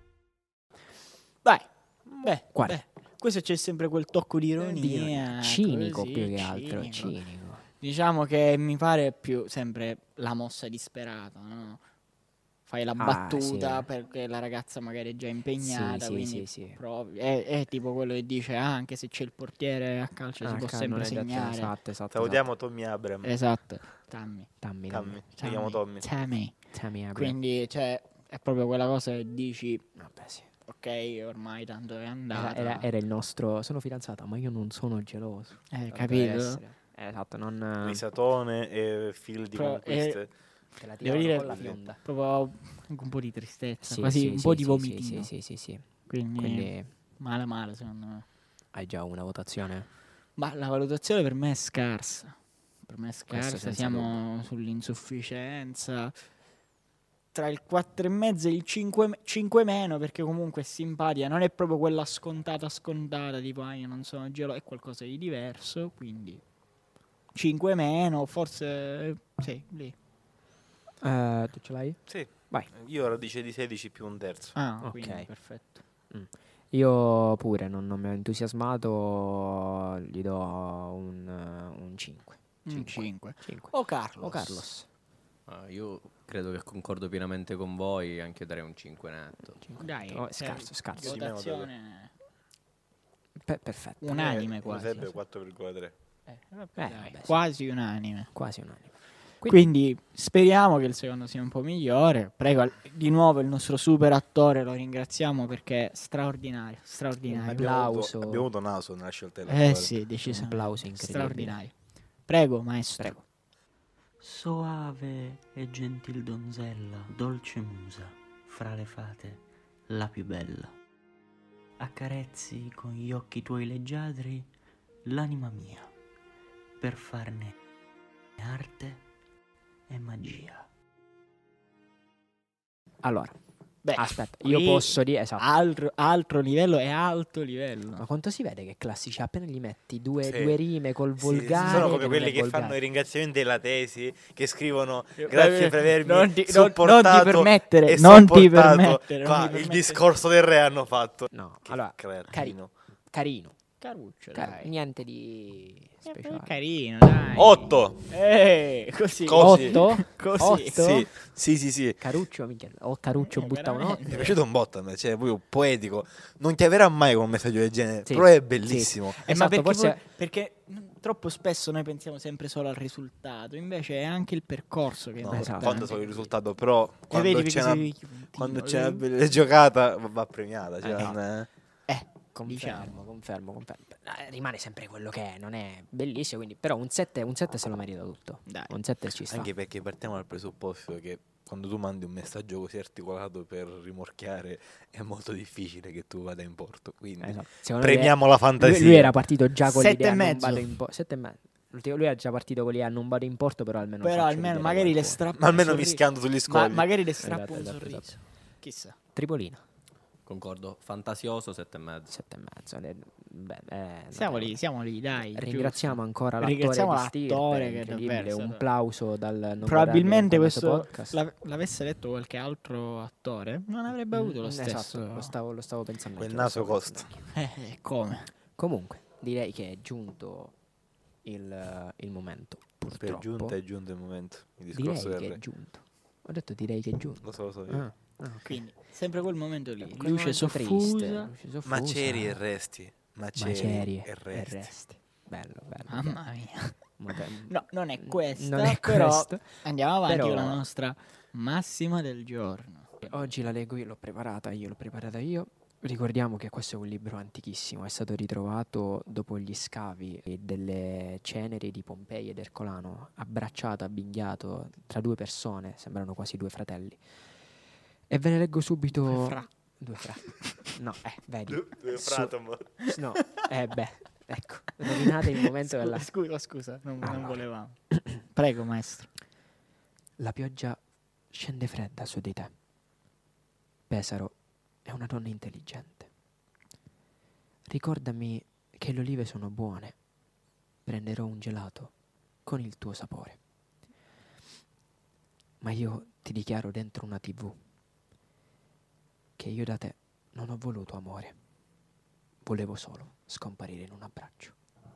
Dai, beh, Quale? beh, questo c'è sempre quel tocco di ironia. Cinico così, più che altro, cinico. cinico. Diciamo che mi pare più sempre la mossa disperata, no? Fai la Ah, battuta sì. perché la ragazza magari è già impegnata, Sì, sì, quindi sì, sì. provi- È, è tipo quello che dice ah, anche se c'è il portiere a calcio si Ah, può ca- sempre non è detto- segnare. Esatto, esatto. Salutiamo Tommy Abram. Esatto. Tammy. Tammy, Tammy. Tammy. Mi chiamo Tommy. Tammy. Tammy Abraham. Quindi cioè, è proprio quella cosa che dici Vabbè, sì. ok, ormai tanto è Era, andata. era- era il nostro. Sono fidanzata, ma io non sono geloso. Eh, Tanto capito? per essere- eh, esatto, non. Risatone e fil di Però, conquiste. Te la Devo tirano dire con la fionda. proprio anche un po' di tristezza, Sì, quasi sì, un sì, po' di sì, vomitino. Sì, sì, sì, sì. Quindi, Quindi male male secondo me. hai già una votazione? Ma la valutazione per me è scarsa. Per me è Questo scarsa, senza siamo sull'insufficienza. Tra il quattro e mezzo e il cinque, cinque meno, perché comunque è simpatica, non è proprio quella scontata scontata, tipo ah, io non sono geloso, è qualcosa di diverso, quindi cinque meno, forse sì, lì. Eh, tu ce l'hai? Sì. Vai. Io ero dice di sedici più un terzo. Ah, Ok. quindi perfetto. Io pure non, non mi ho entusiasmato, gli do un, eh, un cinque. Un cinque. cinque. O Carlos. O Carlos. Ah, io credo che concordo pienamente con voi, anche io darei un cinque netto. Dai, Oh, cioè, scarso, scarso. Sì, meno votazione Pe- perfetto. unanime Eh, quasi. sarebbe quattro virgola tre. Eh, vabbè, Eh, dai, vabbè, sì. quasi unanime. Quasi un animo. Quindi speriamo che il secondo sia un po' migliore. Prego al- di nuovo il nostro super attore, lo ringraziamo perché è straordinario, straordinario. Abbiamo avuto, Applauso. abbiamo avuto naso nella scelta Eh dell'attore. sì, Un decisamente. applauso incredibile. Straordinario. Prego, maestro. Prego. Soave e gentil donzella, dolce musa, fra le fate, la più bella. Accarezzi con gli occhi tuoi leggiadri l'anima mia, per farne arte e magia. Allora, Beh, aspetta, io qui posso dire... Esatto. altro, altro livello è alto livello. Ma quanto si vede che classici? Appena gli metti due, Sì. due rime col Sì, volgare... sono che come non quelli è che volgare. fanno i ringraziamenti della tesi, che scrivono Eh, grazie per avermi non ti- non- supportato non ti permettere, e non ti sopportato". permettere, non Qua ti il permettere. discorso del re hanno fatto. No, Che allora, cretino. carino. Carino. Caruccio, Car- dai. niente di Eh, speciale. carino, dai. otto. Eh, così. Così. Otto? Così. Otto? Sì, sì, sì, sì. Caruccio, minchia. O Caruccio Eh, butta un veramente. Mi è otto. piaciuto un botto a me, cioè proprio poetico. Non ti avverrà mai con un messaggio del genere, Sì, però è sì. bellissimo. Eh, ma Esatto, perché, forse- poi- perché mm, troppo spesso noi pensiamo sempre solo al risultato, invece è anche il percorso che è No, Esatto. importante. conta solo il risultato, però E quando vedi c'è perché una, sei- quando Dio, c'è una eh. bella giocata va va premiata. Cioè Eh, non è- Eh, Confermo, diciamo. confermo, confermo. Eh, rimane sempre quello che è, non è bellissimo, quindi, però un sette un sette se lo merita tutto. Dai. Un sette ci sta. Anche perché partiamo dal presupposto che quando tu mandi un messaggio così articolato per rimorchiare è molto difficile che tu vada in porto. Quindi Esatto. Secondo me premiamo la fantasia. Lui, lui era partito già con Sette l'idea e non mezzo. vado in porto. Sette e mezzo. L'ultimo- Lui era già partito con l'idea non vado in porto, però almeno Però faccio almeno ridere magari le qualcuno. strappo Ma almeno un sorriso. fischiando sugli Ma scogli. magari le strappo Esatto, un esatto, sorriso. esatto. Chissà. Tripolino. Concordo, fantasioso sette e mezzo. Sette e mezzo. eh, beh, eh, Siamo notevole. lì, siamo lì, dai. Ringraziamo giusto. ancora l'attore Ringraziamo di l'attore Stirpe, che incredibile, davvero è un stato- applauso dal non Probabilmente guardarmi con questo podcast. l'av- l'avesse letto qualche altro attore, non avrebbe avuto lo Mm, stesso. Esatto, lo stavo, lo stavo pensando Quel anche, lo naso stavo costa. pensando anche. Eh, come? Comunque, direi che è giunto il, il momento, Per purtroppo. giunta è giunto il momento. Il direi discorso del che è re. giunto. Ho detto direi che è giunto. Lo so, lo so io. Ah, ah, ok. Quindi, sempre quel momento lì. Quel Luce momento soffusa. triste, luce soffusa. Maceri e resti. Maceri, Macerie e resti. e resti. Bello, bello. Mamma mia. bello. No, non è questa, Non è però questo. andiamo avanti Però- con la nostra massima del giorno. Oggi la leggo io, l'ho preparata io, l'ho preparata io. Ricordiamo che questo è un libro antichissimo, è stato ritrovato dopo gli scavi delle ceneri di Pompei ed Ercolano, abbracciato, abbinghiato tra due persone, sembrano quasi due fratelli. E ve ne leggo subito... Due fra. Due fra. No, eh, vedi. Due Su- fratomo. No, eh beh, ecco, rovinate il momento della... Scusa, scusa, non, non Allora. volevamo. Prego, maestro. La pioggia scende fredda su di te. Pesaro è una donna intelligente. Ricordami che le olive sono buone. Prenderò un gelato con il tuo sapore. Ma io ti dichiaro dentro una tivù che io da te non ho voluto amore. Volevo solo scomparire in un abbraccio.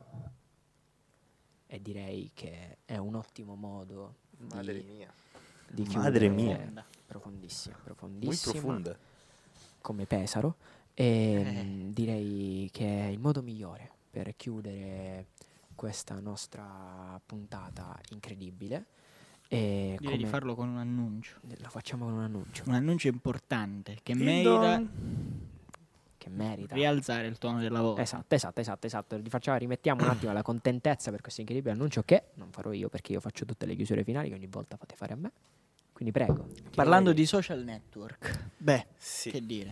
E direi che è un ottimo modo Madre di, mia. di Madre chiudere. mia. Profondissima, Muy profondissima. profunda. Come Pesaro. E mm, direi che è il modo migliore per chiudere questa nostra puntata incredibile. E Direi di come farlo con un annuncio. lo facciamo con un annuncio Un annuncio importante che Ding merita dong. che merita. rialzare il tono della voce. Esatto, esatto, esatto, esatto. Rifacciamo- rimettiamo un attimo la contentezza per questo incredibile annuncio che non farò io perché io faccio tutte le chiusure finali che ogni volta fate fare a me. Quindi prego. Parlando Chi di social network, beh, Sì. che dire.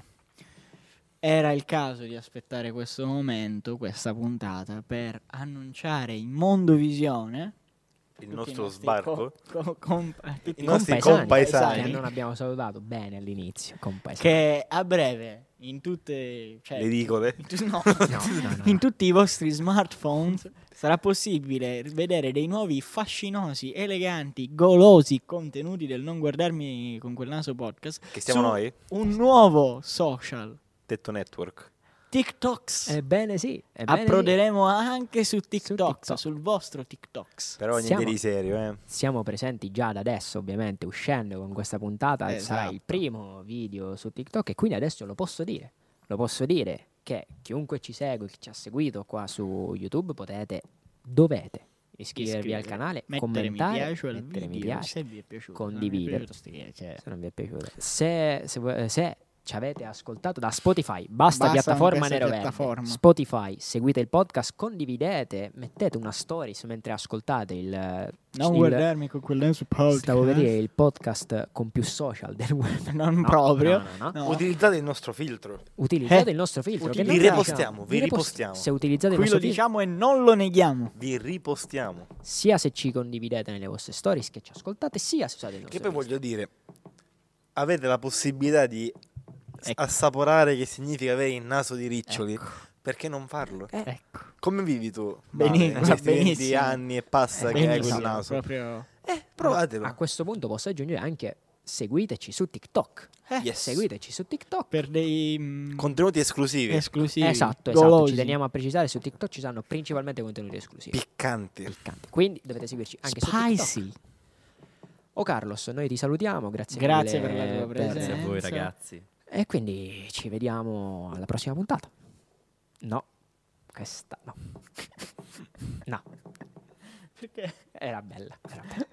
Era il caso di aspettare questo momento, questa puntata, per annunciare in Mondovisione Il tutti i nostro nostri sbarco. co- co- comp- tutti I i nostri compaesani, compaesani. che non abbiamo salutato bene all'inizio. Compaesani. che a breve in tutte cioè, Le edicole. in tu- no, No, no, no. in tutti i vostri smartphone sarà possibile vedere dei nuovi fascinosi, eleganti, golosi contenuti del Non Guardarmi con quel naso podcast Che siamo su noi? un nuovo social Tetto Network. TikToks. Ebbene sì. ebbene sì. Approderemo anche su TikTok, TikTok. sul vostro TikToks. Però niente Siamo- di serio, eh. Siamo presenti già da adesso, ovviamente, uscendo con questa puntata. Sarà Esatto. il primo video su TikTok e quindi adesso lo posso dire. Lo posso dire che chiunque ci segue, chi ci ha seguito qua su YouTube, potete, dovete iscrivervi al Iscrivervi, canale, mettere commentare, mi piace al mettere mi video, piace, se vi è piaciuto, condividere. se non vi è piaciuto, sti- cioè, se non vi è piaciuto. Se, se, vo- se ci avete ascoltato da Spotify, basta, Basta piattaforma questa nero verde. piattaforma. Spotify, seguite il podcast, condividete, mettete una stories mentre ascoltate il non il- guardarmi con quel naso podcast. Stavo per dire il podcast con più social del web. Non No, proprio. no, no, no. No. Utilizzate il nostro filtro. Utilizzate Eh, il nostro filtro. che utilizz- non Vi diciamo. ripostiamo, vi ripost- ripostiamo. Se utilizzate il Qui lo nostro filtro, diciamo e non lo neghiamo. Vi ripostiamo. sia se ci condividete nelle vostre stories che ci ascoltate, sia se usate il Che nostro poi filtro. voglio dire, avete la possibilità di s- Ecco. assaporare che significa avere il naso di riccioli. Ecco. Perché non farlo? Eh, Ecco. Come vivi tu? Beni- Male, in questi venti benissimo. anni e passa Eh, che hai Benissimo, quel naso. proprio. Eh, provatelo. A questo punto posso aggiungere anche seguiteci su TikTok. Eh, Yes. Seguiteci su TikTok. per dei mm, Contenuti esclusivi, esclusivi. Esatto, esatto. golosi. Ci teniamo a precisare, su TikTok ci saranno principalmente contenuti esclusivi. piccanti. Piccanti. Quindi dovete seguirci anche su TikTok. Spicy. O Carlos, noi ti salutiamo, grazie, Grazie mille per la tua presenza. Grazie a voi Senza- ragazzi. E quindi ci vediamo alla prossima puntata. No, questa no. No, Perché? era bella, era bella.